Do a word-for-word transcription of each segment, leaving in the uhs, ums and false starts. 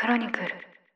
クロニクル。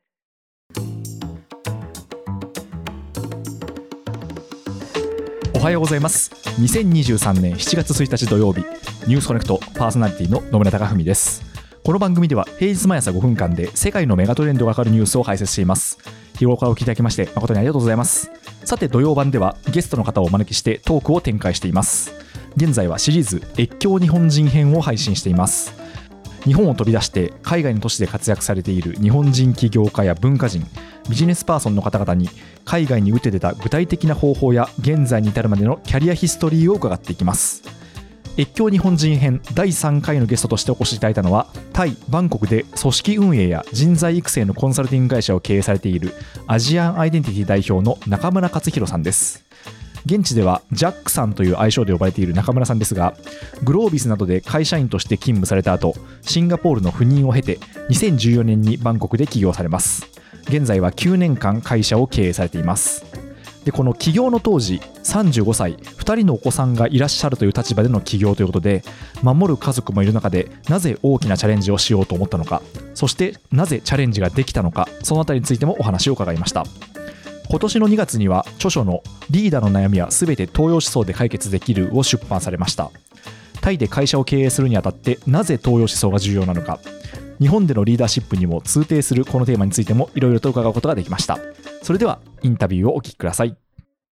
おはようございます。にせんにじゅうさんねんしちがつついたち土曜日、ニュースコネクトパーソナリティの野村貴文です。この番組では平日毎朝ごふんかんで世界のメガトレンドがわかるニュースを解説しています。日頃からお聞きいただきまして誠にありがとうございます。さて、土曜版ではゲストの方をお招きしてトークを展開しています。現在はシリーズ越境日本人編を配信しています。日本を飛び出して海外の都市で活躍されている日本人起業家や文化人、ビジネスパーソンの方々に海外に打て出た具体的な方法や現在に至るまでのキャリアヒストリーを伺っていきます。越境日本人編だいさんかいのゲストとしてお越しいただいたのは、タイ・バンコクで組織運営や人材育成のコンサルティング会社を経営されているアジアンアイデンティティ代表の中村勝弘さんです。現地ではジャックさんという愛称で呼ばれている中村さんですが、グロービスなどで会社員として勤務された後、シンガポールの赴任を経てにせんじゅうよねんにバンコクで起業されます。現在はきゅうねんかん会社を経営されています。で、この起業の当時さんじゅうごさい、ふたりのお子さんがいらっしゃるという立場での起業ということで、守る家族もいる中でなぜ大きなチャレンジをしようと思ったのか、そしてなぜチャレンジができたのか、そのあたりについてもお話を伺いました。今年のにがつには著書のリーダーの悩みはすべて東洋思想で解決できるを出版されました。タイで会社を経営するにあたってなぜ東洋思想が重要なのか、日本でのリーダーシップにも通底するこのテーマについてもいろいろと伺うことができました。それではインタビューをお聞きください。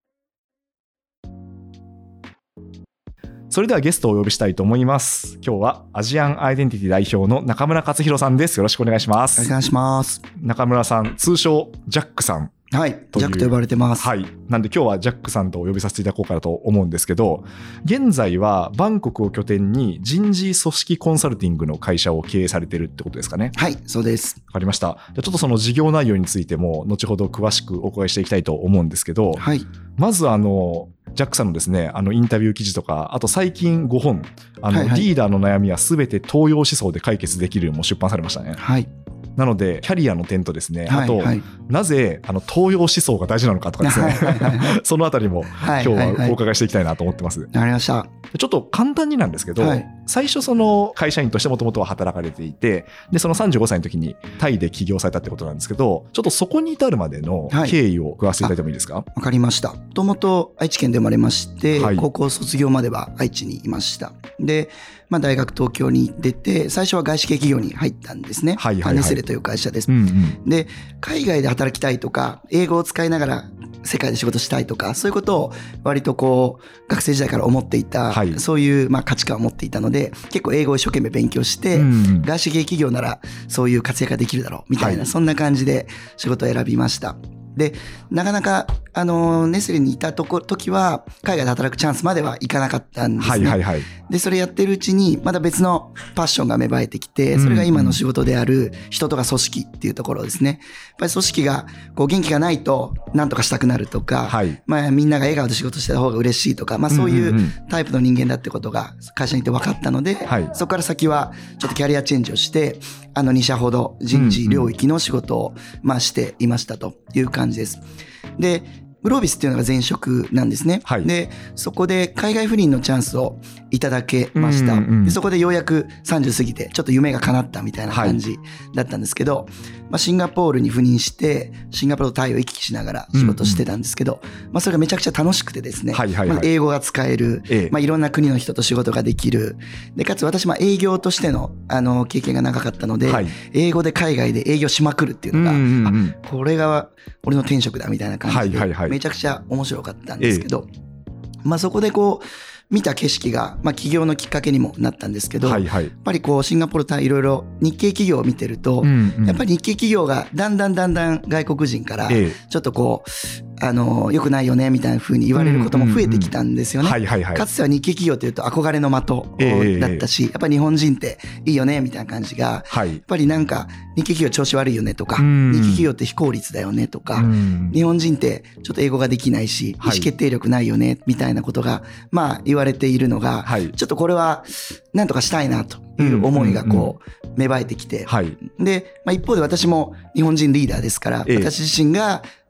それではゲストをお呼びしたいと思います。今日はアジアンアイデンティティ代表の中村勝弘さんです。よろしくお願いします。 よろしくお願いします。 中村さん、通称ジャックさん。 はい、ジャックと呼ばれてます。 はい。なんで今日はジャックさんとお呼びさせていただこうかなと思うんですけど、現在はバンコクを拠点に人事組織コンサルティングの会社を経営されてるってことですかね。 はい、そうです。 わかりました。じゃあちょっとその事業内容についても後ほど詳しくお伺いしていきたいと思うんですけど、 はい。 まずあのジャックさんのですね、あのインタビュー記事とか、あと最近ごほん、あの、はいはい、リーダーの悩みはすべて東洋思想で解決できるも出版されましたね。 はい。 なのでキャリアの点とですね、 はい、 あと、 はい、 なぜあの東洋思想が大事なのかとかですね、はいはいはいはい、そのあたりも今日はお伺いしていきたいなと思ってます。 わかりました。 ちょっと簡単になんですけど、はい、最初その会社員としてもともとは働かれていて、でそのさんじゅうごさいの時にタイで起業されたってことなんですけど、ちょっとそこに至るまでの経緯を伺わせていただいてもいいですか。 わ、はい、かりました。もともと愛知県で生まれまして、はい、高校卒業までは愛知にいました。で、まあ、大学東京に出て、最初は外資系企業に入ったんですね。はいはいはい、ネスレという会社です、うんうん、で海外で働きたいとか、英語を使いながら世界で仕事したいとか、そういうことを割とこう学生時代から思っていた、はい、そういうまあ価値観を持っていたので、結構英語を一生懸命勉強して、うん、外資系企業ならそういう活躍ができるだろうみたいな、はい、そんな感じで仕事を選びました。で、なかなかあのネスレにいたとこ時は海外で働くチャンスまではいかなかったんですね。はいはいはい、でそれやってるうちにまた別のパッションが芽生えてきて、それが今の仕事である人とか組織っていうところですね。やっぱり組織がこう元気がないと何とかしたくなるとか、はい、まあみんなが笑顔で仕事してた方が嬉しいとか、まあそういうタイプの人間だってことが会社にいて分かったので、はい、そこから先はちょっとキャリアチェンジをして、あのに社ほど人事領域の仕事をまあしていましたという感じです。でグロービスっていうのが前職なんですね、はい、でそこで海外赴任のチャンスをいただけました、うんうん、でそこでようやくさんじゅう過ぎてちょっと夢が叶ったみたいな感じだったんですけど、はい、まあ、シンガポールに赴任してシンガポールとタイを行き来しながら仕事してたんですけど、うんうん、まあ、それがめちゃくちゃ楽しくてですね、はいはいはい、まあ、英語が使える、ええ、まあ、いろんな国の人と仕事ができる、でかつ私まあ営業としての、あの経験が長かったので、はい、英語で海外で営業しまくるっていうのが、うんうんうん、あ、これが俺の転職だみたいな感じで、はいはいはい、めちゃくちゃ面白かったんですけど、ええ、まあそこでこう見た景色が、まあ、起業のきっかけにもなったんですけど、はいはい、やっぱりこうシンガポールタイいろいろ日系企業を見てると、うんうん、やっぱり日系企業がだんだんだんだん外国人からちょっとこう、あの良くないよねみたいな風に言われることも増えてきたんですよね。かつては日系企業というと憧れの的だったし、やっぱり日本人っていいよねみたいな感じが、やっぱりなんか日系企業調子悪いよねとか、日系企業って非効率だよねとか、日本人ってちょっと英語ができないし意思決定力ないよねみたいなことがまあ言われているのが、ちょっとこれはなんとかしたいなという思いがこう芽生えてきて、で、まあ、一方で私も日本人リーダーですから、私自身が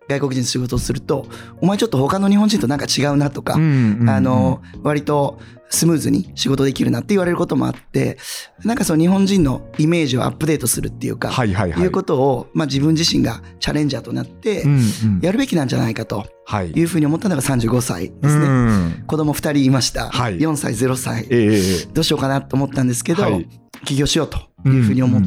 外国人と仕事をすると、お前ちょっと他の日本人となんか違うなとか、 うんうんうん、 あの割とスムーズに仕事できるなって言われることもあって、なんかその日本人のイメージをアップデートするっていうか、はいはいはい、いうことを、まあ、自分自身がチャレンジャーとなってやるべきなんじゃないかというふうに思ったのがさんじゅうごさいですね、うん、子供ふたりいました、はい、よんさいゼロさい、えー、どうしようかなと思ったんですけど、はい、起業しようというふうに思って、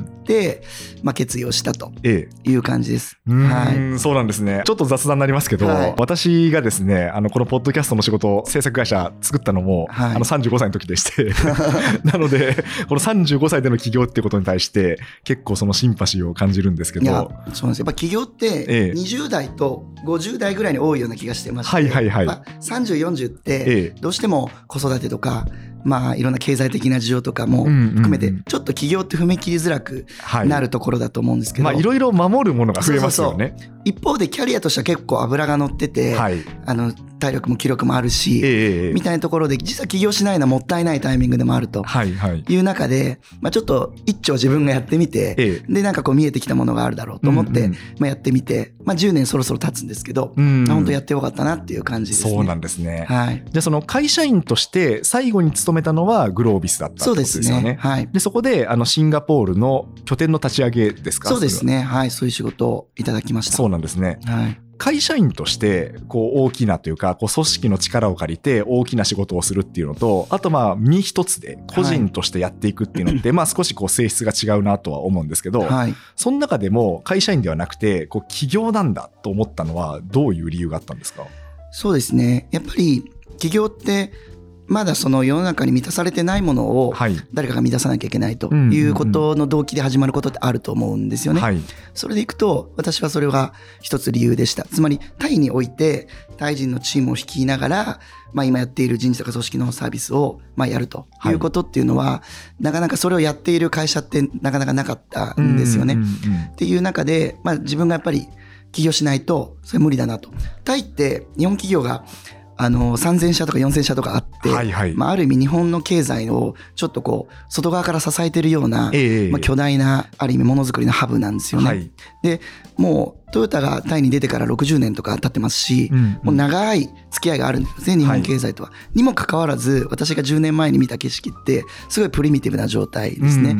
うんうん、まあ、決意をしたという感じです、 ええ、はい、そうなんですね。ちょっと雑談になりますけど、はい、私がですね、あのこのポッドキャストの仕事制作会社作ったのも、はい、あのさんじゅうごさいの時でしてなのでこのさんじゅうごさいでの起業っていうことに対して結構そのシンパシーを感じるんですけど。 いや、そうなんです。やっぱ起業ってにじゅう代とごじゅう代ぐらいに多いような気がしてまして、はいはいはい、まあ、さんじゅう、よんじゅうってどうしても子育てとか、まあ、いろんな経済的な事情とかも含めてちょっと起業って踏み切りづらくなるところだと思うんですけど、 はい、まあ、いろいろ守るものが増えますよね。 そうそうそう。一方でキャリアとしては結構脂が乗ってて、はい、あの体力も気力もあるし、えー、みたいなところで実は起業しないのはもったいないタイミングでもあるという中で、まあ、ちょっと一丁自分がやってみて、えー、でなんかこう見えてきたものがあるだろうと思って、うんうん、まあ、やってみて、まあ、じゅうねんそろそろ経つんですけど、うん、本当やってよかったなっていう感じですね。 そうなんですね、はい、じゃあその会社員として最後に勤めたのはグロービスだったってことですよね。そうですね、はい、でそこであのシンガポールの拠点の立ち上げですか。 そうですね、はい、そういう仕事をいただきました。 そうなんですね、はい、会社員としてこう大きなというかこう組織の力を借りて大きな仕事をするっていうのと、あとまあ身一つで個人としてやっていくっていうのって、はい、まあ少しこう性質が違うなとは思うんですけど、はい、その中でも会社員ではなくてこう起業なんだと思ったのはどういう理由があったんですか。 そうですね、やっぱり起業ってまだその世の中に満たされてないものを誰かが満たさなきゃいけないということの動機で始まることってあると思うんですよね、はい、それでいくと私はそれが一つ理由でした。つまりタイにおいてタイ人のチームを率いながら、まあ、今やっている人事とか組織のサービスをまあやるということっていうのは、はい、なかなかそれをやっている会社ってなかなかなかったんですよね、うんうんうん、っていう中で、まあ、自分がやっぱり起業しないとそれ無理だなと。タイって日本企業があのさんぜんしゃとかよんせんしゃとかあって、はいはい、まあ、ある意味日本の経済をちょっとこう外側から支えているような、えーまあ、巨大なある意味ものづくりのハブなんですよね、はい、でもうトヨタがタイに出てからろくじゅうねんとか経ってますし、うんうん、もう長い付き合いがあるんですね日本経済とは、はい、にもかかわらず私がじゅうねんまえに見た景色ってすごいプリミティブな状態ですね、うんうんうん、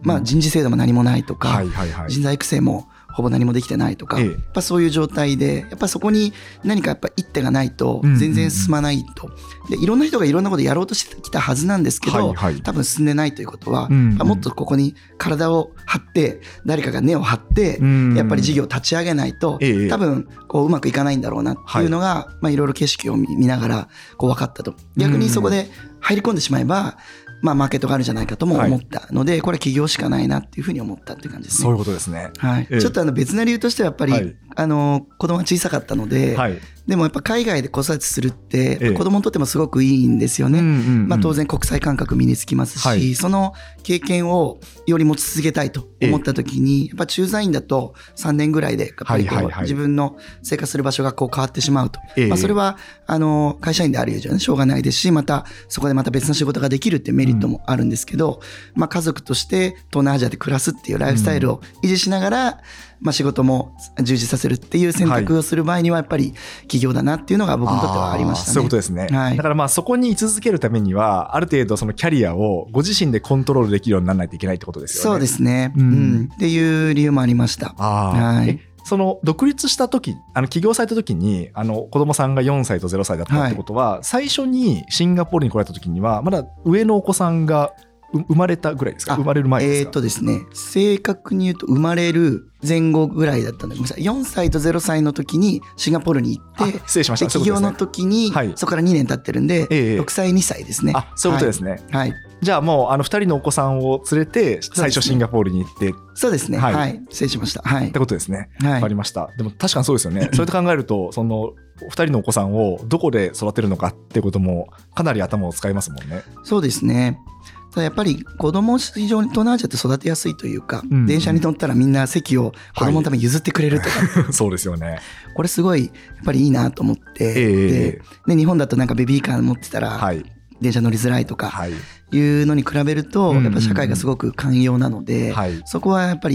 まあ、人事制度も何もないとか、はいはいはい、人材育成もほぼ何もできてないとか、ええ、やっぱそういう状態でやっぱそこに何かやっぱ一手がないと全然進まないと、うんうんうん、でいろんな人がいろんなことやろうとしてきたはずなんですけど、はいはい、多分進んでないということは、うんうん、もっとここに体を張って誰かが根を張ってやっぱり事業を立ち上げないと、ええ、多分こううまくいかないんだろうなっていうのが、はい、まあ、いろいろ景色を見ながらこう分かったと。逆にそこで入り込んでしまえばまあ、マーケットがあるんじゃないかとも思ったので、はい、これ起業しかないなっていうふうに思ったっていう感じですね。 そういうことですね、 はい、ええ、ちょっとあの別な理由としてはやっぱり、はい、あの子供が小さかったので、はい、でもやっぱ海外で子育てするって子供にとってもすごくいいんですよね、ええ、まあ、当然国際感覚身につきますし、はい、その経験をより持ち続けたいと思った時に、ええ、やっぱ駐在員だとさんねんぐらいでやっぱりこう、はいはいはい、自分の生活する場所がこう変わってしまうと、ええ、まあ、それはあの会社員である以上ねしょうがないですし、またそこでまた別の仕事ができるっていうメリットもあるんですけど、うん、まあ、家族として東南アジアで暮らすっていうライフスタイルを維持しながら、うん、まあ、仕事も充実させるっていう選択をする場合にはやっぱり起業だなっていうのが僕にとってはありましたね。 そういうことですね、はい、だからまあそこに居続けるためにはある程度そのキャリアをご自身でコントロールできるようにならないといけないってことですよね。 そうですね、うんうん、っていう理由もありました。 あ、はい、その独立した時あの起業された時にあの子供さんがよんさいとゼロさいだったってことは、はい、最初にシンガポールに来られた時にはまだ上のお子さんが生まれたぐらいですか。生まれる前ですか。 えーとですね、正確に言うと生まれる前後ぐらいだったんで、よんさいとゼロさいの時にシンガポールに行って、 失礼しました。 起業の時にそこからにねん経ってるんで、えー、ろくさいにさいですね。 あ、そういうことですね、 はいはい、 じゃあもうあのふたりのお子さんを連れて最初シンガポールに行って、 そうですね、はい、はい、失礼しました、はい、 ってことですね。わ、はい、かりました。でも確かにそうですよね。それと考えるとそのふたりのお子さんをどこで育てるのかってこともかなり頭を使いますもんね。 そうですね。ただやっぱり子供を非常に東南アジアって育てやすいというか、うん、電車に乗ったらみんな席を子供のために譲ってくれるとか、 はい、そうですよね。 これすごいやっぱりいいなと思って、えー、で, で日本だとなんかベビーカー持ってたら、はい、電車乗りづらいとかいうのに比べるとやっぱ社会がすごく寛容なので、うん、そこはやっぱり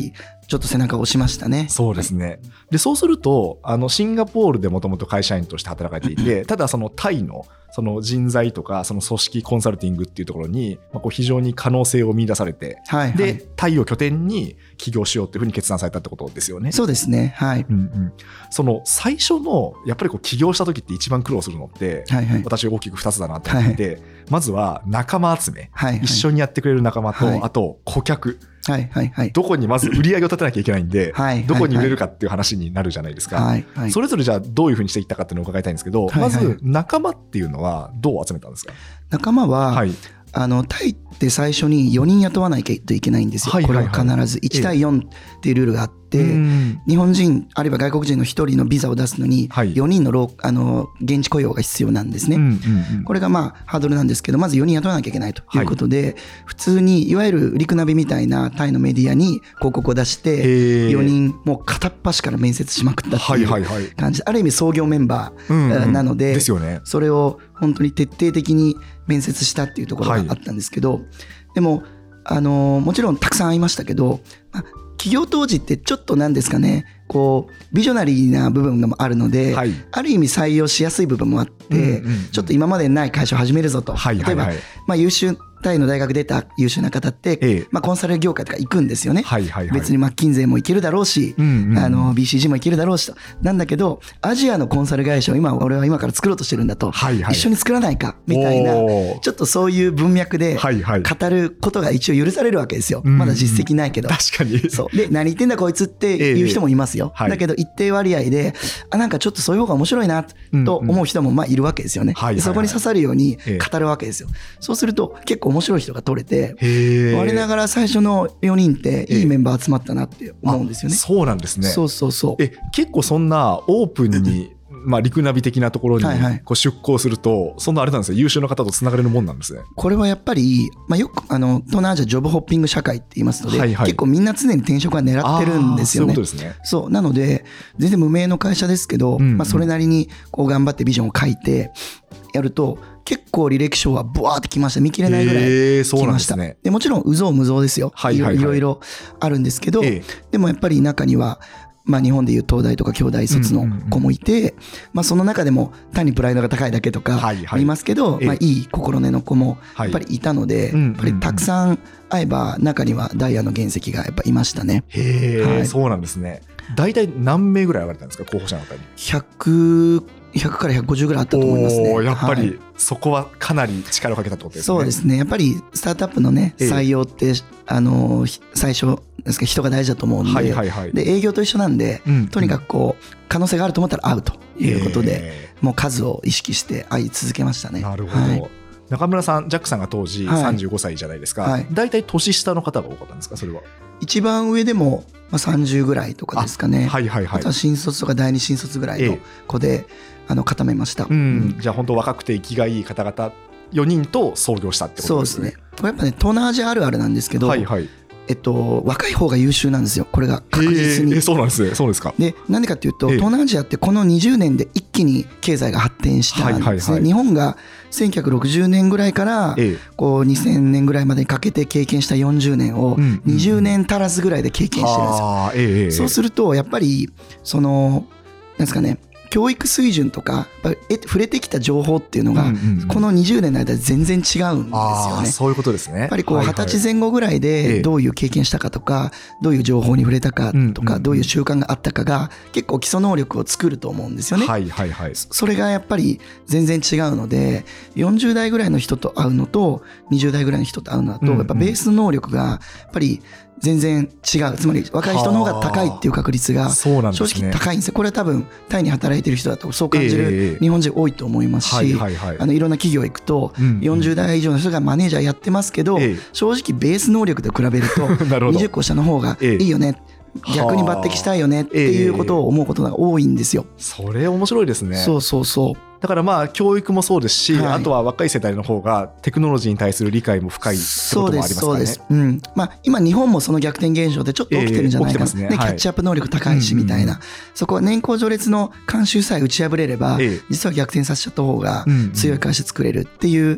ちょっと背中を押しましたね。 そうですね。でそうするとあのシンガポールでもともと会社員として働かれていてただそのタイのその人材とかその組織コンサルティングっていうところにまあこう非常に可能性を見出されて、はいはい、でタイを拠点に起業しようっていうふうに決断されたってことですよね。 そうですね、はい、うんうん、 その最初のやっぱりこう起業した時って一番苦労するのって、はいはい、私大きくふたつだなと思っていて、はい、まずは仲間集め、はいはい、一緒にやってくれる仲間と、はい、あと顧客、はいはいはい、どこにまず売り上げを立てなきゃいけないんで、はいはいはい、どこに売れるかっていう話になるじゃないですか、はいはい、それぞれじゃあどういうふうにしていったかっていうのを伺いたいんですけど、はいはい、まず仲間っていうのはどう集めたんですか？ 仲間は、はい、あのタイって最初によにん雇わないといけないんですよ、はいはいはい、これは必ずいち対よんっていうルールがあって、えー、日本人あるいは外国人のひとりのビザを出すのによにん の, ロあの現地雇用が必要なんですね、うんうんうん、これがまあハードルなんですけどまずよにん雇わなきゃいけないということで、はい、普通にいわゆるリクナビみたいなタイのメディアに広告を出してよにんもう片っ端から面接しまくったっていう感じで、はいはいはい、ある意味創業メンバーなので、うんうんですよね、それを本当に徹底的に面接したっていうところがあったんですけど、はい、でもあのもちろんたくさん会いましたけど、まあ起業当時ってちょっとなんですかねこうビジョナリーな部分もあるので、はい、ある意味採用しやすい部分もあって、うんうんうん、ちょっと今までにない会社を始めるぞと、はいはいはい、例えば、まあ、優秀タイの大学出た優秀な方って、ええまあ、コンサル業界とか行くんですよね、はいはいはい、別にマッキンゼーも行けるだろうし、うんうん、あの ビーシージー も行けるだろうしとなんだけどアジアのコンサル会社を今俺は今から作ろうとしてるんだと、はいはい、一緒に作らないかみたいなちょっとそういう文脈で語ることが一応許されるわけですよ、はいはい、まだ実績ないけど、うんうん、確かにそうで何言ってんだこいつっていう人もいますよ、ええ、だけど一定割合であなんかちょっとそういう方が面白いなと思う人もまあいるわけですよね、うんうん、そこに刺さるように語るわけですよ、ええ、そうすると結構面白い人が取れて我ながら最初のよにんっていいメンバー集まったなって思うんですよね。 そうなんですね。 そうそうそうえ結構そんなオープンにまあリクナビ的なところにこう出向すると、はいはい、そんなあれなんですよ優秀な方とつながれるもんなんですね。 これはやっぱり、まあ、よくあの東南アジアジョブホッピング社会って言いますので、はいはい、結構みんな常に転職は狙ってるんですよね。そういうことですね。そうなので全然無名の会社ですけど、うんうんまあ、それなりにこう頑張ってビジョンを書いてやると結構履歴書はブワーってきました。見切れないぐらい来ました。でもちろん有象無象ですよ、はいはいはい、いろいろあるんですけど、えー、でもやっぱり中にはまあ、日本でいう東大とか京大卒の子もいて、うんうんうんまあ、その中でも単にプライドが高いだけとかありますけど、はいはいまあ、いい心根の子もやっぱりいたので、はい、やっぱりたくさん会えば中にはダイヤの原石がやっぱいましたね。 へー、はい、そうなんですね。大体何名ぐらい上がれたんですか候補者の中に。 ひゃくひゃくからひゃくごじゅうぐらいあったと思いますね。 おやっぱりそこはかなり力をかけたってことですね。 そうですね。やっぱりスタートアップのね採用ってあの最初ですか人が大事だと思うんで、はいはいはい、で営業と一緒なんで、うん、とにかくこう可能性があると思ったら会うということで、もう数を意識して会い続けましたね。 なるほど。はい、中村さん、ジャックさんが当時さんじゅうごさいじゃないですか。はい、だいたい年下の方が多かったんですか、それは。一番上でもさんじゅうぐらいとかですかね。はいはいはい。あとは新卒とか第二新卒ぐらいの子で、ええ、あの固めました。うん、 じゃあ本当若くて生きがいい方々よにんと創業したってことですね。 そうですね。これやっぱね東南アジアあるあるなんですけど、はいはい、えっと、若い方が優秀なんですよ、これが確実に。 えー、そうなんですね。そうですか。 で、なんでかっていうと、東南アジアってこのにじゅうねんで一気に経済が発展したんですね。はいはいはい、日本がせんきゅうひゃくろくじゅうねんぐらいからこうにせんねんぐらいまでにかけて経験したよんじゅうねんをにじゅうねん足らずぐらいで経験してるんですよ。えー、そうするとやっぱりそのなんですかね、教育水準とか触れてきた情報っていうのがこのにじゅうねんの間で全然違うんですよね。 あ、そういうことですね。 やっぱりこうはたちぜん後ぐらいでどういう経験したかとかどういう情報に触れたかとかどういう習慣があったかが結構基礎能力を作ると思うんですよね。はいはいはい。それがやっぱり全然違うのでよんじゅう代ぐらいの人と会うのとにじゅう代ぐらいの人と会うのだとやっぱベース能力がやっぱり全然違う。つまり若い人の方が高いっていう確率が正直高いんですよ。これは多分タイに働いてる人だとそう感じる日本人多いと思いますし、あのいろんな企業行くとよんじゅう代以上の人がマネージャーやってますけど正直ベース能力で比べるとにじゅっこ下の方がいいよね、逆に抜擢したいよねっていうことを思うことが多いんですよ。 それ面白いですね。 そうそうそう。 だからまあ教育もそうですし、はい、あとは若い世代の方がテクノロジーに対する理解も深いってこともありますかね。そうです、そうです。うん。まあ今日本もその逆転現象でちょっと起きてるんじゃないかな、えーね、キャッチアップ能力高いしみたいな、うんうん、そこは年功序列の慣習さえ打ち破れれば、えー、実は逆転させちゃった方が強い会社作れるっていう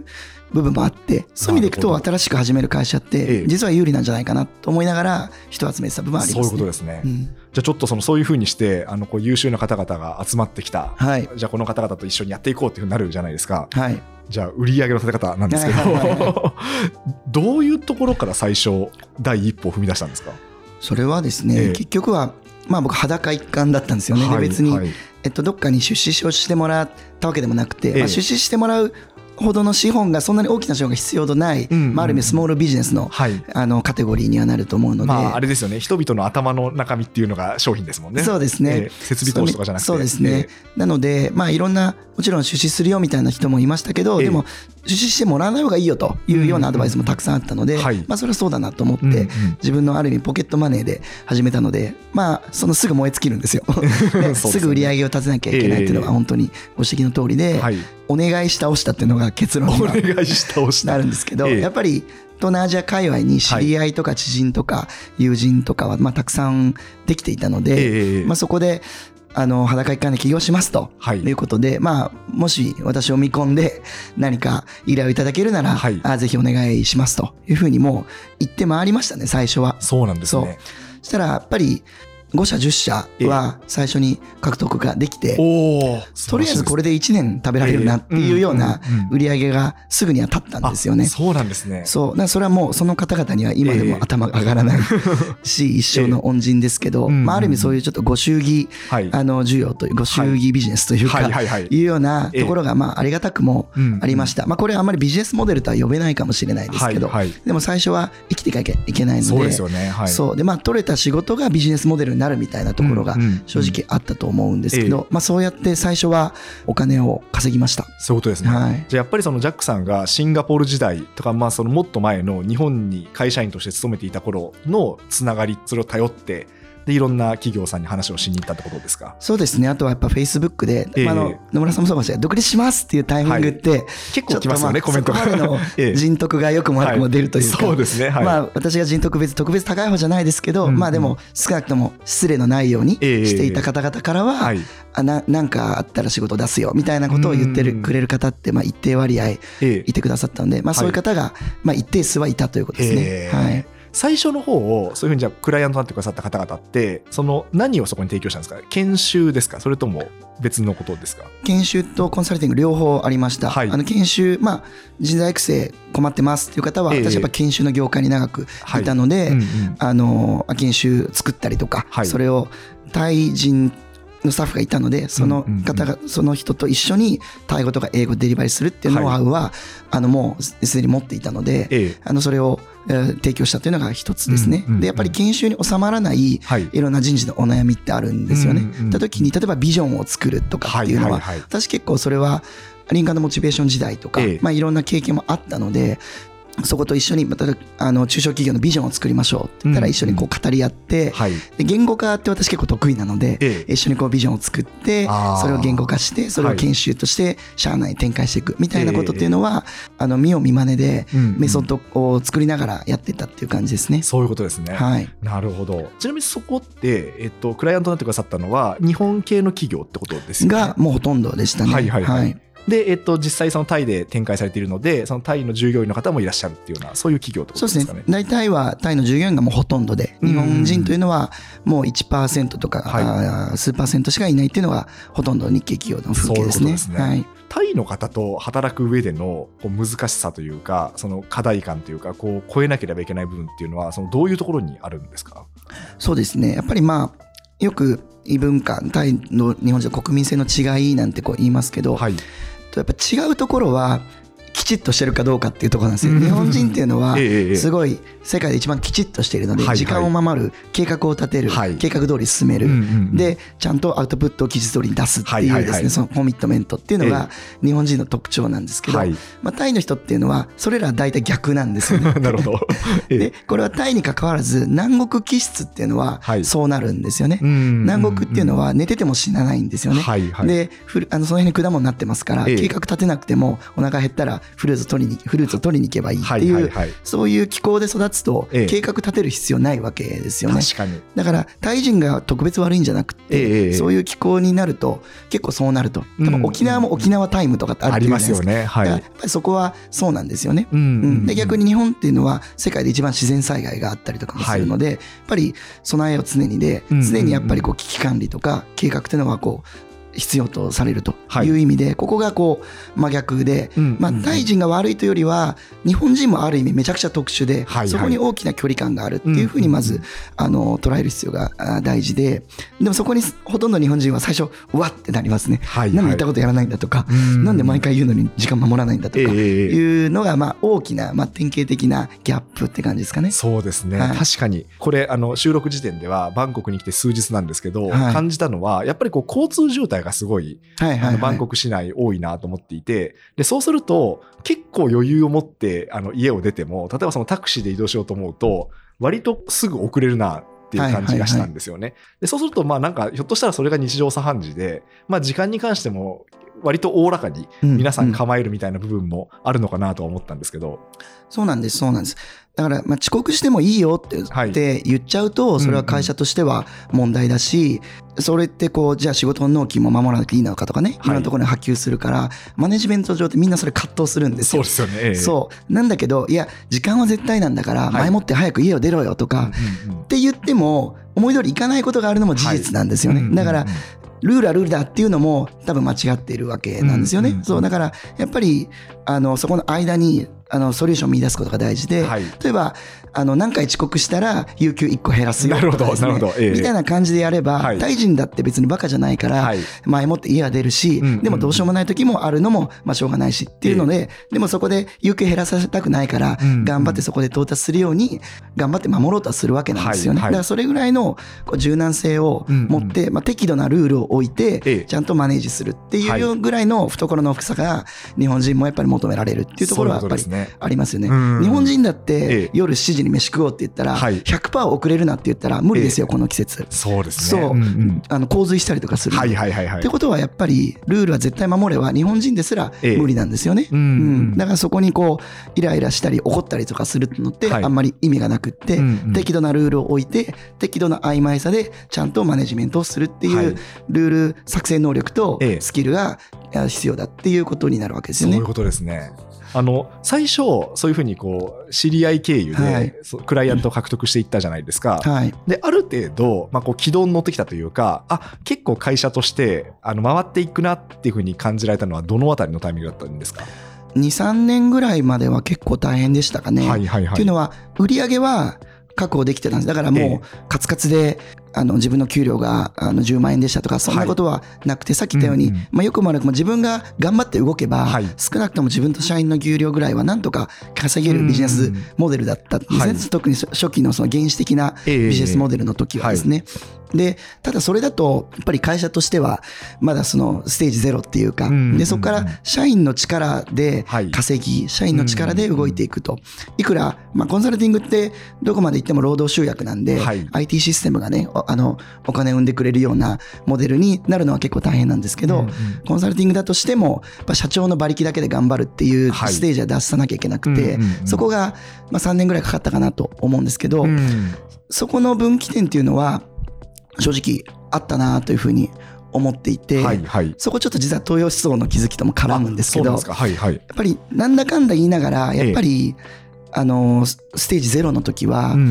部分もあって、そういう意味でいくと新しく始める会社って実は有利なんじゃないかなと思いながら人を集めてた部分はありますね。 そういうことですね、うん、じゃあちょっとそのそういうふうにしてあのこう優秀な方々が集まってきた、はい、じゃあこの方々と一緒にやっていこうっていうふうになるじゃないですか、はい、じゃあ売り上げの立て方なんですけど、はいはいはいはい、どういうところから最初第一歩を踏み出したんですか？ それはですね、えー、結局はまあ僕裸一貫だったんですよね、はい、で別に、はい、えっと、どっかに出資をしてもらったわけでもなくて、えーまあ、出資してもらうほどの資本がそんなに大きな資本が必要のない、うんうんまあ、ある意味スモールビジネス の,、はい、あのカテゴリーにはなると思うので、 まあ、あれですよね、人々の頭の中身っていうのが商品ですもんね。 そうですね、 えー、設備投資とかじゃなくて。 そうですね、えー、なので、まあ、いろんなもちろん出資するよみたいな人もいましたけど、えー、でも出資してもらわない方がいいよというようなアドバイスもたくさんあったので、うんうんはいまあ、それはそうだなと思って、うんうん、自分のある意味ポケットマネーで始めたので、まあ、そのすぐ燃え尽きるんですよす, すぐ売り上げを立てなきゃいけないっていうのは本当にご指摘の通りで、えーはい、お願いし倒したっていうのが結論にはなるんですけど、えー、やっぱり東南アジア界隈に知り合いとか知人とか友人とかはまあたくさんできていたので、えーまあ、そこであの裸一貫で起業しますということで、はいまあ、もし私を見込んで何か依頼をいただけるなら、はい、あぜひお願いしますというふうにもう言って回りましたね、最初は。 そうなんですね。 そしたらやっぱりご社じゅっ社は最初に獲得ができて、とりあえずこれでいちねん食べられるなっていうような売り上げがすぐには立ったんですよね。 そうなんですね。 そう、それはもうその方々には今でも頭が上がらないし一生の恩人ですけど、まあある意味そういうちょっとご祝儀あの需要というご祝儀ビジネスというかいうようなところがまあありがたくもありました。まあこれはあんまりビジネスモデルとは呼べないかもしれないですけど、でも最初は生きていかなきゃいけないので、 そうですよね。 そうでまあ取れた仕事がビジネスモデルになるみたいなところが正直あったと思うんですけど、まあそうやって最初はお金を稼ぎました。 そういうことですね。はい、じゃあやっぱりそのジャックさんがシンガポール時代とか、まあそのもっと前の日本に会社員として勤めていた頃のつながり、それを頼ってでいろんな企業さんに話をしに行ったってことですか？ そうですね。あとはやっぱフェイスブックで、えーまあ、あの野村さんもそうかもしれない、独立しますっていうタイミングって、はい、 結構来ますよね、コメントが。そこまでの人徳がよくも悪くも出るというか、はい、そうですね、はい、まあ私が人徳別特別高い方じゃないですけど、うんうん、まあでも少なくとも失礼のないようにしていた方々からは、えーはい、あななんかあったら仕事出すよみたいなことを言ってるくれる方ってまあ一定割合いてくださったので、まあそういう方がまあ一定数はいたということですね。えー、はい。 最初の方をそういうふうにじゃあクライアントになってくださった方々ってその何をそこに提供したんですか？研修ですか、それとも別のことですか？ 研修とコンサルティング両方ありました。はい、あの研修、まあ、人材育成困ってますっていう方は、えー、私やっぱ研修の業界に長くいたので、はいうんうん、あの研修作ったりとか、はい、それをタイ人のスタッフがいたので、その方がその人と一緒にタイ語とか英語でデリバリーするっていうノウハウは、はい、あのもうすでに持っていたので、ええ、あのそれを提供したというのが一つですね。でやっぱり研修に収まらないいろんな人事のお悩みってあるんですよね。た時に例えばビジョンを作るとかっていうのは、私結構それはリンカーのモチベーション時代とか、まあいろんな経験もあったので、そこと一緒にまたあの中小企業のビジョンを作りましょうって言ったら一緒にこう語り合って、で言語化って私結構得意なので、一緒にこうビジョンを作ってそれを言語化してそれを研修として社内に展開していくみたいなことっていうのは、あの見よう見まねでメソッドを作りながらやってたっていう感じですね。 そういうことですね。はい、なるほど。ちなみにそこって、えっと、クライアントになってくださったのは日本系の企業ってことですよね。 がもうほとんどでしたね。はいはいはい、はいで、えっと、実際そのタイで展開されているので、そのタイの従業員の方もいらっしゃるっていうようなそういう企業ってことですかね。そうですね。大体はタイの従業員がもうほとんどで、日本人というのはもう いちパーセント とか、はい、数パーセントしかいないっていうのがほとんど日系企業の風景ですね。そういうことですね。はい。 タイの方と働く上でのこう難しさというか、その課題感というか、こう超えなければいけない部分っていうのは、そのどういうところにあるんですか？ そうですね。やっぱりまあよく異文化、タイの日本人の国民性の違いなんてこう言いますけど。はい、やっぱ違うところはきちっとしてるかどうかっていうところなんですよ。日本人っていうのはすごい世界で一番きちっとしているので、時間を守る、計画を立てる、計画通り進める、でちゃんとアウトプットを期日通りに出すっていうですね、そのコミットメントっていうのが日本人の特徴なんですけど、まあタイの人っていうのはそれら大体逆なんですよね。 なるほど。 でこれはタイに関わらず南国気質っていうのはそうなるんですよね。南国っていうのは寝てても死なないんですよね。であのその辺に果物になってますから、計画立てなくてもお腹減ったらフルーツ取りにフルーツを取りに行けばいいっていう、はいはいはい、そういう気候で育つと計画立てる必要ないわけですよね。 確かに。 だからタイ人が特別悪いんじゃなくて、えー、そういう気候になると結構そうなると。多分沖縄も沖縄タイムとかってあるじゃないですか。ありますよね。はい。やっぱりそこはそうなんですよね。うんうんうん、で逆に日本っていうのは世界で一番自然災害があったりとかもするので、はい、やっぱり備えを常にで、常にやっぱりこう危機管理とか計画っていうのはこう必要とされるという意味で、はい、ここがこう真逆で、うんうんうん、まあ、タイ人が悪いというよりは日本人もある意味めちゃくちゃ特殊で、はいはい、そこに大きな距離感があるっていうふうにまず、うんうん、あの捉える必要が大事で、でもそこにほとんど日本人は最初うわってなりますね、はいはい、なんで言ったことやらないんだとか、うん、なんで毎回言うのに時間守らないんだとかいうのがまあ大きな、まあ、典型的なギャップって感じですかね。 そうですね、はい、確かにこれあの収録時点ではバンコクに来て数日なんですけど、はい、感じたのはやっぱりこう交通渋滞がすごい、はいはいはい、あのバンコク市内多いなと思っていて、でそうすると結構余裕を持ってあの家を出ても、例えばそのタクシーで移動しようと思うと割とすぐ遅れるなっていう感じがしたんですよね、はいはいはい、でそうするとまあなんかひょっとしたらそれが日常茶飯事で、まあ、時間に関しても割とおおらかに皆さん構えるみたいな部分もあるのかなとは思ったんですけど、うんうん、 そうなんですそうなんです。だからまあ遅刻してもいいよって言っちゃうとそれは会社としては問題だし、それってこうじゃあ仕事の納期も守らなきゃいいのかとかね、いろんなところに波及するからマネジメント上ってみんなそれ葛藤するんですよ。 そうですよね。 そうなんだけど、いや時間は絶対なんだから前もって早く家を出ろよとかって言っても思い通りいかないことがあるのも事実なんですよね。だからルールはルールだっていうのも多分間違っているわけなんですよね、うんうん、そうだからやっぱりあのそこの間にあのソリューションを見出すことが大事で、はい、例えばあの何回遅刻したら有給いっこ減らすよとかですね、ええ、みたいな感じでやれば、はい、タイ人だって別にバカじゃないから、はい、前もって家は出るし、うんうん、でもどうしようもない時もあるのもまあしょうがないしっていうので、ええ、でもそこで有給減らさせたくないから、うんうん、頑張ってそこで到達するように頑張って守ろうとはするわけなんですよね、はいはい、だからそれぐらいのこう柔軟性を持って、うんうん、まあ、適度なルールを置いて、ええ、ちゃんとマネージするっていうぐらいの懐の深さが日本人もやっぱり求められるっていうところはやっぱりありますよね。日本人だって夜しちじに飯食おうって言ったら ひゃくパーセント 遅れるなって言ったら無理ですよ、この季節。 そうですね。 そう、うんうん、あの洪水したりとかする。はいはいはいはい。ってことはやっぱりルールは絶対守れば日本人ですら無理なんですよね。うんうん、だからそこにこうイライラしたり怒ったりとかするのってあんまり意味がなくって、はい、適度なルールを置いて適度な曖昧さでちゃんとマネジメントをするっていうルール作成能力とスキルが必要だっていうことになるわけですよね。 そういうことですね。あの最初そういうふうにこう知り合い経由で、はい、クライアントを獲得していったじゃないですか、はい、である程度、まあ、こう軌道に乗ってきたというか、あ結構会社としてあの回っていくなっていうふうに感じられたのはどのあたりのタイミングだったんですか？ にさんねんぐらいまでは結構大変でしたかね、はいはいはい、っていうのは売り上げは確保できてたんです。だからもうカツカツであの自分の給料があのじゅうまんえんでしたとかそんなことはなくて、はい、さっき言ったように、うんうんまあ、よくも悪くも自分が頑張って動けば、はい、少なくとも自分と社員の給料ぐらいはなんとか稼げるビジネスモデルだったんですね、はい、特に初期のその原始的なビジネスモデルの時はですね、えーはいでただそれだとやっぱり会社としてはまだそのステージゼロっていうか、でそこから社員の力で稼ぎ、社員の力で動いていくと、いくらまあコンサルティングってどこまで行っても労働集約なんで、はい、アイティー システムがねあのお金を生んでくれるようなモデルになるのは結構大変なんですけど、うんうん、コンサルティングだとしてもやっぱ社長の馬力だけで頑張るっていうステージは出さなきゃいけなくて、はいうんうんうん、そこがまあさんねんぐらいかかったかなと思うんですけど、うん、そこの分岐点っていうのは正直あったなというふうに思っていて、はいはい、そこちょっと実は東洋思想の気づきとも絡むんですけど、はいはい、やっぱりなんだかんだ言いながらやっぱり、ええ、あのステージゼロの時は、うんうん、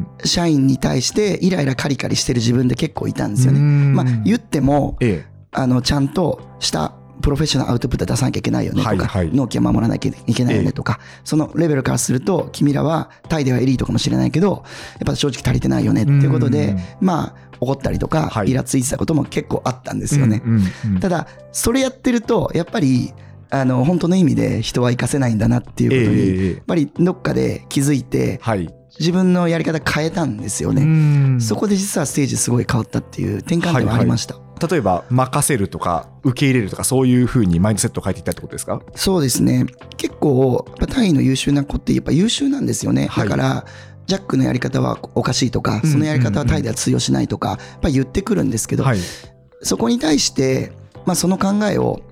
社員に対してイライラカリカリしてる自分で結構いたんですよね。まあ、言っても、ええ、あのちゃんとしたプロフェッショナルアウトプット出さなきゃいけないよねとか、はいはい、納期は守らなきゃいけないよねとか、ええ、そのレベルからすると君らはタイではエリートかもしれないけどやっぱ正直足りてないよねっていうことで、まあ怒ったりとかイラついてたことも結構あったんですよね、うんうんうん、ただそれやってるとやっぱりあの本当の意味で人は生かせないんだなっていうことにやっぱりどっかで気づいて、はい、自分のやり方変えたんですよね。そこで実はステージすごい変わったっていう転換点はありました、はいはい、例えば任せるとか受け入れるとかそういう風にマインドセットを変えていったってことですか？ そうですね。結構やっぱタイの優秀な子ってやっぱ優秀なんですよね、はい、だからジャックのやり方はおかしいとか、そのやり方はタイでは通用しないとかやっぱり言ってくるんですけど、はい、そこに対して、まあ、その考えを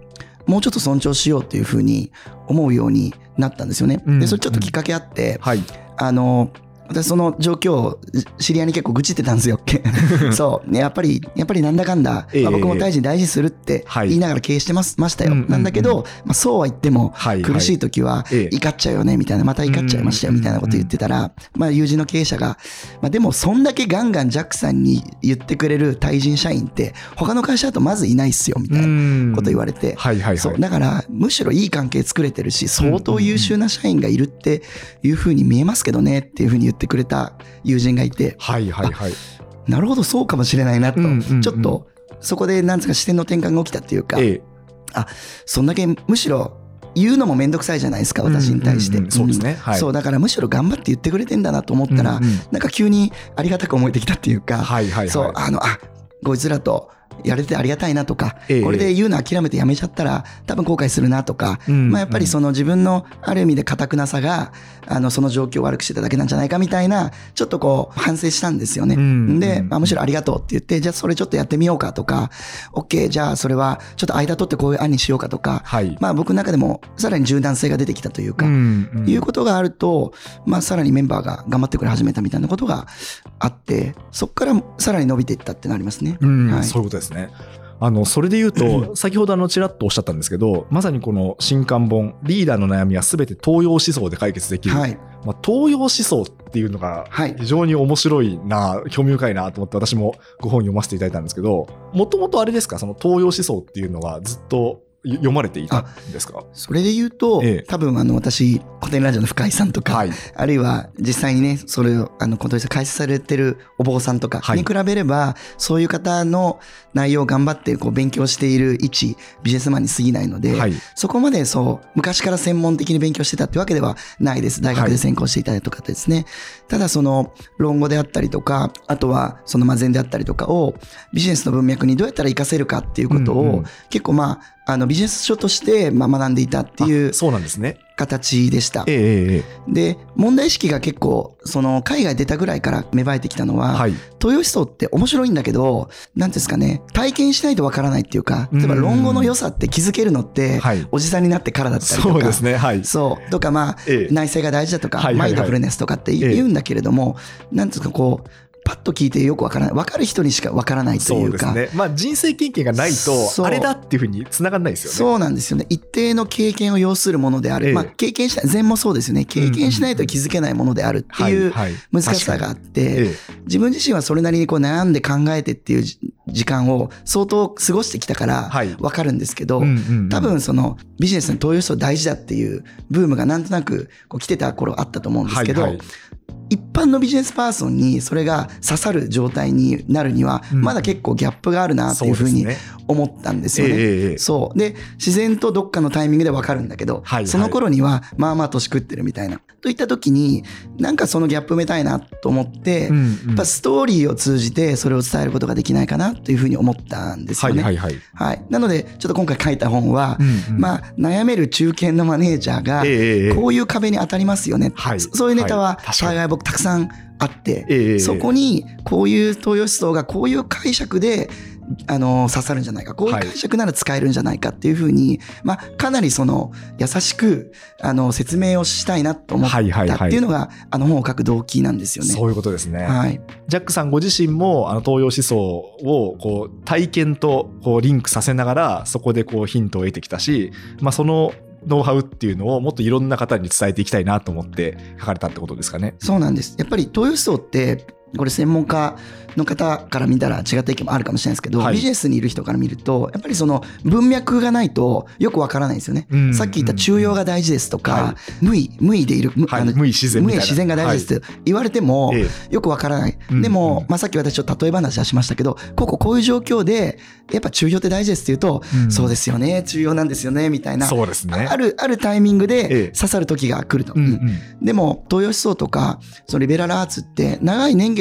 もうちょっと尊重しようっていうふうに思うようになったんですよね。でそれちょっときっかけあって、うんうん、はい、あの私その状況を知り合いに結構愚痴ってたんですよそうね、やっぱりやっぱりなんだかんだ、えーまあ、僕も大事に大事にするって言いながら経営してます、ましたよ、うんうんうん、なんだけど、まあ、そうは言っても苦しい時は怒っちゃうよねみたいな、また怒っちゃいましたよみたいなこと言ってたら、まあ、友人の経営者が、まあ、でもそんだけガンガンジャックさんに言ってくれる対人社員って他の会社だとまずいないっすよみたいなこと言われて、はいはいはい、そうだからむしろいい関係作れてるし相当優秀な社員がいるっていうふうに見えますけどねっていうふうに言ってくれた友人がいて、はいはいはい、なるほどそうかもしれないなと、うんうんうん、ちょっとそこでなんですか視点の転換が起きたっていうか、ええ、あそんだけむしろ言うのもめんどくさいじゃないですか私に対して、うんうんうん、そうですね、はい、そうだからむしろ頑張って言ってくれてんだなと思ったら、うんうん、なんか急にありがたく思えてきたっていうか、はいはいはい、そうあのあこいつらとやれてありがたいなとか、ええ、これで言うの諦めてやめちゃったら多分後悔するなとか、うんうん、まあ、やっぱりその自分のある意味で堅くなさがあのその状況を悪くしてただけなんじゃないかみたいなちょっとこう反省したんですよね、うんうん、で、まあ、むしろありがとうって言ってじゃあそれちょっとやってみようかとか OK じゃあそれはちょっと間取ってこういう案にしようかとか、はい、まあ、僕の中でもさらに柔軟性が出てきたというか、うんうん、いうことがあると、まあ、さらにメンバーが頑張ってくれ始めたみたいなことがあってそこからさらに伸びていったってなりますね、うん、はい、そういうことですね。 あのそれで言うと先ほどあのちらっとおっしゃったんですけどまさにこの新刊本リーダーの悩みは全て東洋思想で解決できる、はい、まあ、東洋思想っていうのが非常に面白いな、はい、興味深いなと思って私もご本読ませていただいたんですけどもともとあれですかその東洋思想っていうのはずっと読まれていたんですか？ それで言うと、ええ、多分あの私古典ラジオの深井さんとか、はい、あるいは実際にねそれをあの古典で開設されてるお坊さんとかに比べれば、はい、そういう方の内容を頑張ってこう勉強している一ビジネスマンに過ぎないので、はい、そこまでそう昔から専門的に勉強してたってわけではないです。大学で専攻していたりとかですね、はい、ただその論語であったりとかあとはそのまあ禅であったりとかをビジネスの文脈にどうやったら活かせるかっていうことを、うんうん、結構まああのビジネス書としてまあ学んでいたっていうそうなんですね形でした、ええ、で問題意識が結構その海外出たぐらいから芽生えてきたのは、はい、東洋思想って面白いんだけどなんですかね体験しないとわからないっていうか例えば論語の良さって気づけるのって、はい、おじさんになってからだったりとかそうですね、はい、そうとかまあ、ええ、内政が大事だとか、はいはいはい、マインドフルネスとかって言うんだけれども、ええ、なんですかこうパッと聞いてよくわからない分かる人にしかわからないというかそうですね、まあ、人生経験がないとあれだっていうふうに繋がらないですよね。 そうなんですよね。一定の経験を要するものである、ええまあ、経験しない禅もそうですよね経験しないと気づけないものであるっていう難しさがあって、はいはいええ、自分自身はそれなりにこう悩んで考えてっていう時間を相当過ごしてきたからわかるんですけど、はいうんうんうん、多分そのビジネスの東洋思想大事だっていうブームがなんとなくこう来てた頃あったと思うんですけど、はいはい一般のビジネスパーソンにそれが刺さる状態になるにはまだ結構ギャップがあるなっていうふうに思ったんですよね。そうですね。えー、そうで自然とどっかのタイミングで分かるんだけど、はいはい、その頃にはまあまあ年食ってるみたいなといった時になんかそのギャップ埋めたいなと思って、うんうん、やっぱストーリーを通じてそれを伝えることができないかなというふうに思ったんですよね。はいはいはいはい、なのでちょっと今回書いた本は、うんうんまあ、悩める中堅のマネージャーがこういう壁に当たりますよね、えー、そういうネタは幸い僕たくさんあって、えー、そこにこういう東洋思想がこういう解釈であの刺さるんじゃないかこういう解釈なら使えるんじゃないかっていうふうに、まあ、かなりその優しくあの説明をしたいなと思ったっていうのがあの本を書く動機なんですよね。 そういうことですね、はい、ジャックさんご自身もあの東洋思想をこう体験とこうリンクさせながらそこでこうヒントを得てきたし、まあ、そのノウハウっていうのをもっといろんな方に伝えていきたいなと思って書かれたってことですかね。 そうなんです。やっぱり東洋思想ってこれ専門家の方から見たら違った意見もあるかもしれないですけど、はい、ビジネスにいる人から見るとやっぱりその文脈がないとよくわからないんですよね、うんうんうん、さっき言った中庸が大事ですとか、はい、無為無為でいる、 はい、あの無為自然みたいな無為自然が大事ですって言われてもよくわからない、はい、でも、うんうんまあ、さっき私ちょっと例え話はしましたけどこここういう状況でやっぱ中庸って大事ですって言うと、うん、そうですよね中庸なんですよねみたいなそうですね、あるあるタイミングで刺さる時が来ると、ええうんうん、でも東洋思想とかそのリベラルアーツって長い年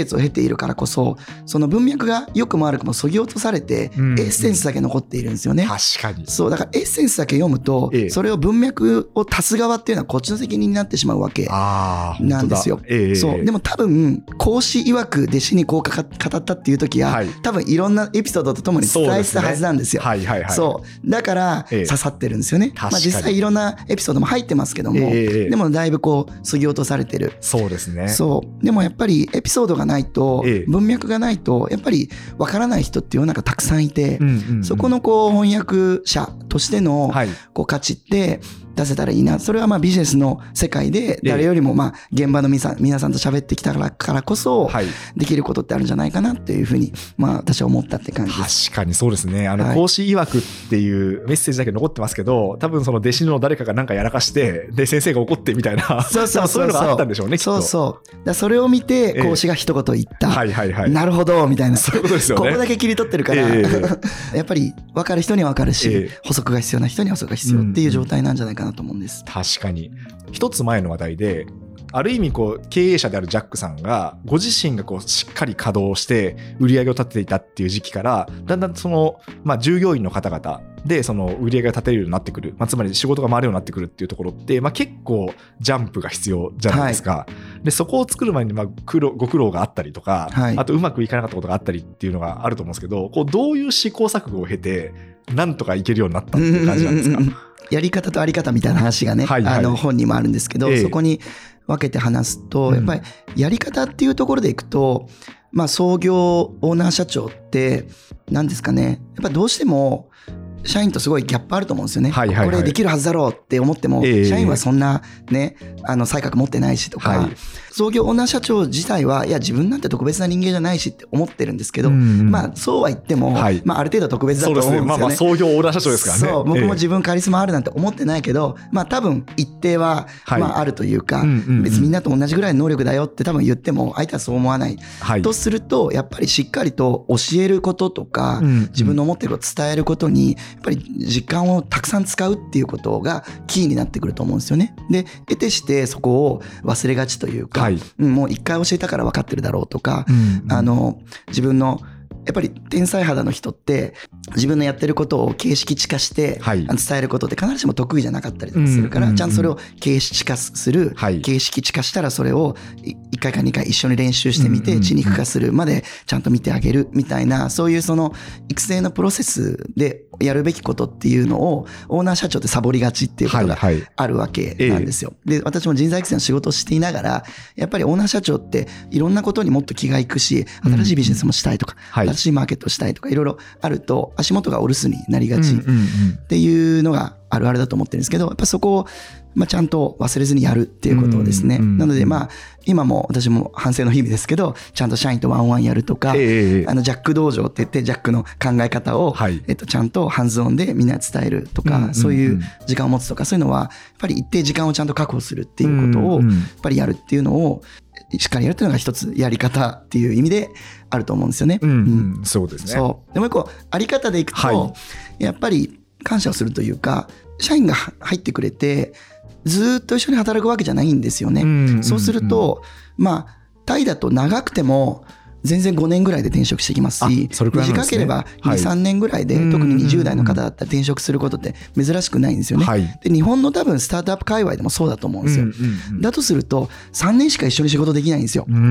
月を経ているからこそ、その文脈が良くも悪くも削ぎ落とされて、うんうん、エッセンスだけ残っているんですよね。 確かに。 そうだからエッセンスだけ読むと、ええ、それを文脈を足す側っていうのはこっちの責任になってしまうわけなんですよ。ええ、そうでも多分講師曰く弟子にこう語ったっていう時は、はい、多分いろんなエピソードとともに伝えてたはずなんですよ。そうですね。はいはいはい。そうだから刺さってるんですよね。まあ、実際いろんなエピソードも入ってますけども、ええ、でもだいぶこう削ぎ落とされてる。 そうですね。 そうでもやっぱりエピソードがないと、ええ、文脈がないとやっぱりわからない人って世の中たくさんいて、うんうんうん、そこのこう翻訳者としてのこう価値って出せたらいいな。それはまあビジネスの世界で誰よりもまあ現場の皆さん、皆さんと喋ってきたからこそできることってあるんじゃないかなっていうふうにまあ私は思ったって感じです。 確かにそうですね。あの講師曰くっていうメッセージだけ残ってますけど、多分その弟子の誰かが何かやらかしてで先生が怒ってみたいな、そうそうそうそういうのがあったんでしょうね。きっと。そうそう。だそれを見て講師が一言言った。はいはいはい。なるほどみたいな。そういうことですよね。ここだけ切り取ってるから、えー、やっぱり分かる人には分かるし、えー、補足が必要な人には補足が必要っていう状態なんじゃないかなと思うんです。 確かに。一つ前の話題である意味こう経営者であるジャックさんがご自身がこうしっかり稼働して売り上げを立てていたっていう時期からだんだんその、まあ、従業員の方々でその売り上げが立てるようになってくる、まあ、つまり仕事が回るようになってくるっていうところって、まあ、結構ジャンプが必要じゃないですか、はい、でそこを作る前にまあ苦労ご苦労があったりとか、はい、あとうまくいかなかったことがあったりっていうのがあると思うんですけど、こうどういう試行錯誤を経てなんとかいけるようになったっていう感じなんですか？ やり方とあり方みたいな話がね、はいはい、あの本にもあるんですけど、ええ、そこに分けて話すと、うん、やっぱりやり方っていうところでいくと、まあ創業オーナー社長って何ですかね、やっぱどうしても社員とすごいギャップあると思うんですよね、はいはいはい、これできるはずだろうって思っても、えー、社員はそんなねあの才覚持ってないしとか、はい、創業オーナー社長自体はいや自分なんて特別な人間じゃないしって思ってるんですけど、うんうん、まあそうは言っても、はい、まあ、ある程度特別だと思うんですよね。 そうですね、まあまあ創業オーナー社長ですからね。 そう僕も自分カリスマあるなんて思ってないけど、まあ多分一定は、はい、まああるというか、うんうんうん、別にみんなと同じぐらいの能力だよって多分言っても相手はそう思わない、はい、とするとやっぱりしっかりと教えることとか、うんうん、自分の思ってることを伝えることにやっぱり時間をたくさん使うっていうことがキーになってくると思うんですよね。で得てしてそこを忘れがちというか、はい、うん、もう一回教えたから分かってるだろうとか、うんうん、あの自分のやっぱり天才肌の人って自分のやってることを形式化して、はい、伝えることって必ずしも得意じゃなかったりとかするから、うんうんうん、ちゃんとそれを形式化する、はい、形式化したらそれをいっかいかにかい一緒に練習してみて血肉化するまでちゃんと見てあげるみたいな、そういうその育成のプロセスでやるべきことっていうのをオーナー社長ってサボりがちっていうことがあるわけなんですよ、はいはい、で私も人材育成の仕事をしていながらやっぱりオーナー社長っていろんなことにもっと気がいくし、新しいビジネスもしたいとか、うん、新しいマーケットしたいとかいろいろあると足元がお留守になりがちっていうのがあるあるだと思ってるんですけど、やっぱそこをまあちゃんと忘れずにやるっていうことですね、うんうんうん、なのでまあ今も私も反省の日々ですけどちゃんと社員とワンワンやるとか、えー、あのジャック道場って言ってジャックの考え方を、はい、えっとちゃんとハンズオンでみんな伝えるとか、うんうんうん、そういう時間を持つとかそういうのはやっぱり一定時間をちゃんと確保するっていうことをやっぱりやるっていうのをしっかりやるっていうのが一つやり方っていう意味であると思うんですよね、うんうん、 そうですね。 そうでもう一個あり方でいくと、はい、やっぱり感謝をするというか社員が入ってくれてずっと一緒に働くわけじゃないんですよね、うんうんうん、そうするとまあタイだと長くても全然ごねんぐらいで転職してきますし、すね、短ければに、さんねんぐらいで、はい、特ににじゅう代の方だったら転職することって珍しくないんですよね、はい、で日本の多分スタートアップ界隈でもそうだと思うんですよ、うんうんうん、だとするとさんねんしか一緒に仕事できないんですよ、うんうん、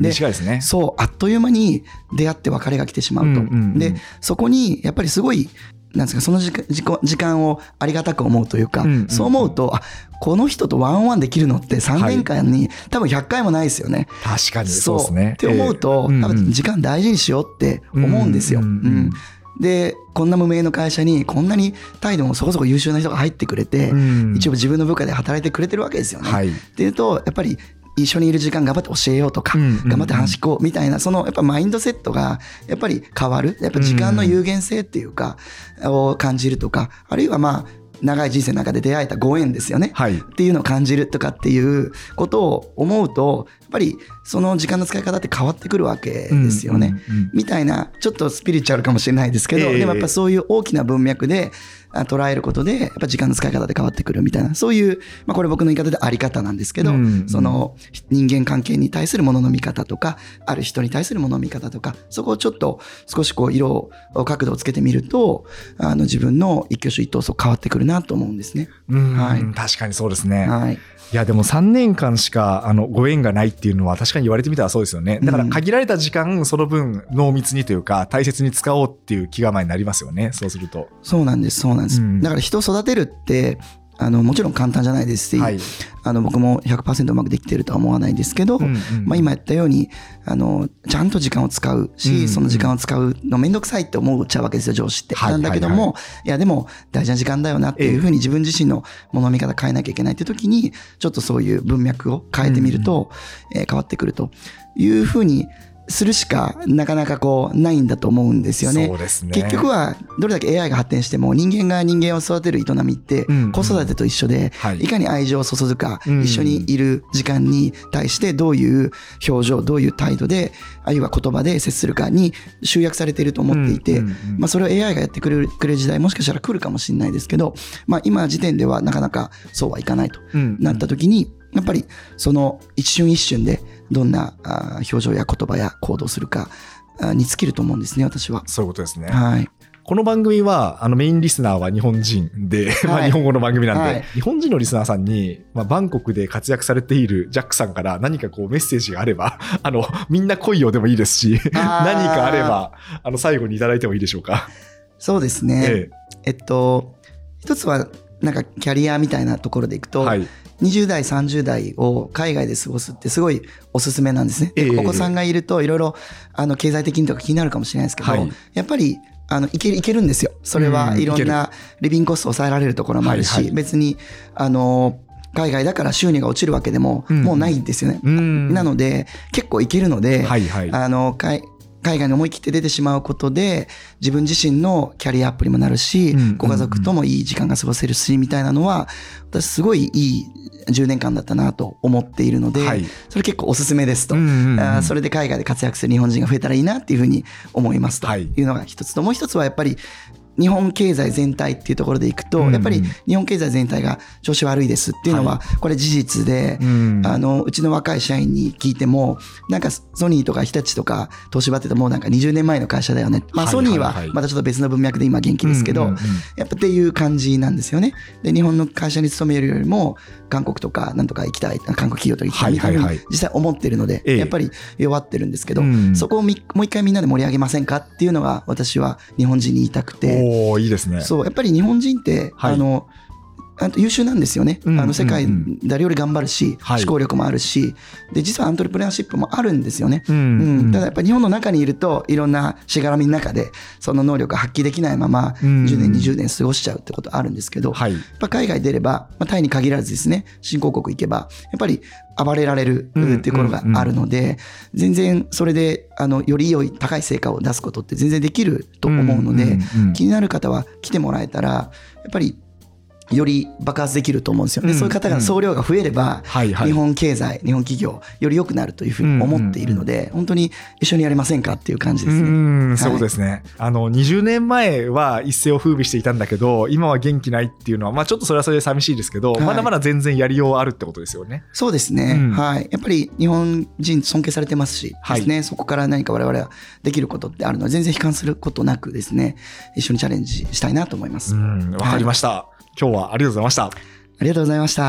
で、短いですね。そうあっという間に出会って別れが来てしまうと、うんうんうん、でそこにやっぱりすごいなんですかその時間、時間をありがたく思うというか、うんうん、そう思うとあこの人とワンオンワンできるのってさんねんかんに、はい、多分ひゃっかいもないですよね。 確かにそうですね。 って思うと、えー、多分時間大事にしようって思うんですよ、うんうんうん、でこんな無名の会社にこんなにタイでもそこそこ優秀な人が入ってくれて、うん、一応自分の部下で働いてくれてるわけですよね、はい、っていうとやっぱり一緒にいる時間頑張って教えようとか、うんうんうん、頑張って話しこうみたいなそのやっぱマインドセットがやっぱり変わる、やっぱ時間の有限性っていうかを感じるとか、あるいはまあ長い人生の中で出会えたご縁ですよね、はい、っていうのを感じるとかっていうことを思うとやっぱりその時間の使い方って変わってくるわけですよね、うんうんうん、みたいなちょっとスピリチュアルかもしれないですけど、えー、でもやっぱそういう大きな文脈で捉えることでやっぱ時間の使い方で変わってくるみたいな、そういう、まあ、これ僕の言い方であり方なんですけど、うんうん、その人間関係に対するものの見方とかある人に対するものの見方とか、そこをちょっと少しこう色を角度をつけてみるとあの自分の一挙手一投足変わってくるなと思うんですね。 うん、 はい、 確かにそうですね、 はい、 いやでもさんねんかんしかあのご縁がないっていうのは確かに言われてみたらそうですよね。だから限られた時間その分濃密にというか大切に使おうっていう気構えになりますよね。そうするとそうなんですそうなんです、うん、だから人を育てるってあのもちろん簡単じゃないですし、はい、あの僕も ひゃくパーセント うまくできてるとは思わないですけど、うんうんまあ、今やったようにあのちゃんと時間を使うし、うんうん、その時間を使うのめんどくさいって思っちゃうわけですよ上司って、はい、なんだけども、はいはい、いやでも大事な時間だよなっていうふうに自分自身のものの見方変えなきゃいけないって時にちょっとそういう文脈を変えてみると、うんうんえー、変わってくるというふうにするしかなかなかこうないんだと思うんですよね。 そうですね。 結局はどれだけ エーアイ が発展しても人間が人間を育てる営みって子育てと一緒で、いかに愛情を注ぐか、一緒にいる時間に対してどういう表情どういう態度であるいは言葉で接するかに集約されていると思っていて、まあそれを エーアイ がやってくれる、くれる時代もしかしたら来るかもしれないですけど、まあ今時点ではなかなかそうはいかないとなった時にやっぱりその一瞬一瞬でどんな表情や言葉や行動するかに尽きると思うんですね私は。 そういうことですね。 はい。 この番組はあのメインリスナーは日本人で、はいまあ、日本語の番組なんで、はい、日本人のリスナーさんに、まあ、バンコクで活躍されているジャックさんから何かこうメッセージがあればあのみんな来いよでもいいですし何かあればあの最後にいただいてもいいでしょうか。 そうですね、えええっと一つはなんかキャリアみたいなところでいくと、はいにじゅう代さんじゅう代を海外で過ごすってすごいおすすめなんですね。でお子さんがいるといろいろあの経済的にとか気になるかもしれないですけど、はい、やっぱりあのいけるいけるんですよ。それはいろんなリビングコストを抑えられるところもあるし、はいはい、別にあの海外だから収入が落ちるわけでももうないんですよね。うん、なので結構いけるので、はいはい、あの海海外に思い切って出てしまうことで自分自身のキャリアアップにもなるし、うんうんうん、ご家族ともいい時間が過ごせるしみたいなのは私すごいいいじゅうねんかんだったなと思っているので、はい、それ結構おすすめですと、うんうんうん、あそれで海外で活躍する日本人が増えたらいいなっていうふうに思いますというのが一つと、もう一つはやっぱり日本経済全体っていうところでいくと、やっぱり日本経済全体が調子悪いですっていうのはこれ事実で、あのうちの若い社員に聞いてもなんかソニーとか日立とか東芝ってもうなんかにじゅうねんまえの会社だよね、まあソニーはまたちょっと別の文脈で今元気ですけど、やっぱっていう感じなんですよね。で日本の会社に勤めるよりも韓国とかなんとか行きたい、韓国企業と行きたいみたいな実際思ってるのでやっぱり弱ってるんですけど、そこをもう一回みんなで盛り上げませんかっていうのが私は日本人に言いたくて。 おーいいですね。 そうやっぱり日本人って、はい、あのあと優秀なんですよね、うんうんうん、あの世界誰より頑張るし、はい、思考力もあるしで実はアントレプレナーシップもあるんですよね、うんうんうん、ただやっぱり日本の中にいるといろんなしがらみの中でその能力が発揮できないままじゅうねんにじゅうねん過ごしちゃうってことあるんですけど、はい、やっぱ海外出れば、まあ、タイに限らずですね新興国行けばやっぱり暴れられるっていうことがあるので、うんうんうん、全然それであのより良い高い成果を出すことって全然できると思うので、うんうんうん、気になる方は来てもらえたらやっぱりより爆発できると思うんですよ。で、そういう方が総量が増えれば、はいはい、日本経済、日本企業より良くなるというふうに思っているので、うんうんうん、本当に一緒にやりませんかっていう感じですね。うん、はい、 そうですね。あのにじゅうねんまえは一世を風靡していたんだけど、今は元気ないっていうのは、まあちょっとそれはそれで寂しいですけど、はい、まだまだ全然やりようあるってことですよね。 そうですね。うん、はい。やっぱり日本人尊敬されてますし、はい、ですね。そこから何か我々はできることってあるので、全然悲観することなくですね、一緒にチャレンジしたいなと思います。 うん、わかりました。はい、今日はありがとうございました。 ありがとうございました。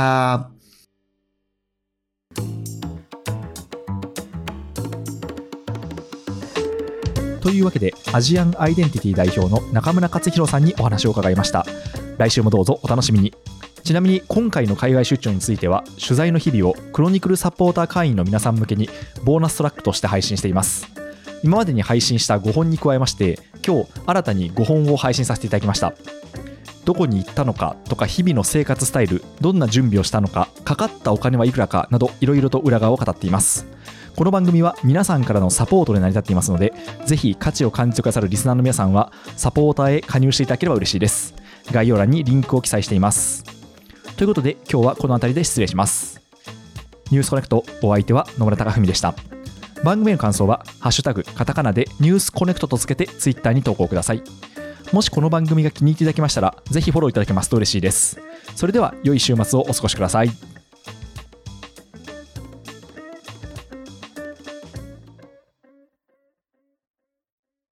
というわけでアジアンアイデンティティ代表の中村克弘さんにお話を伺いました。来週もどうぞお楽しみに。ちなみに今回の海外出張については取材の日々をクロニクルサポーター会員の皆さん向けにボーナストラックとして配信しています。今までに配信したごほんに加えまして今日新たにごほんを配信させていただきました。どこに行ったのかとか日々の生活スタイル、どんな準備をしたのか、かかったお金はいくらかなどいろいろと裏側を語っています。この番組は皆さんからのサポートで成り立っていますので、ぜひ価値を感じてくださるリスナーの皆さんはサポーターへ加入していただければ嬉しいです。概要欄にリンクを記載しています。ということで今日はこの辺りで失礼します。 ニュースコネクト、お相手は野村貴文でした。番組の感想はハッシュタグカタカナでニュースコネクトとつけてツイッターに投稿ください。もしこの番組が気に入っていただけましたらぜひフォローいただけますと嬉しいです。それでは良い週末をお過ごしください。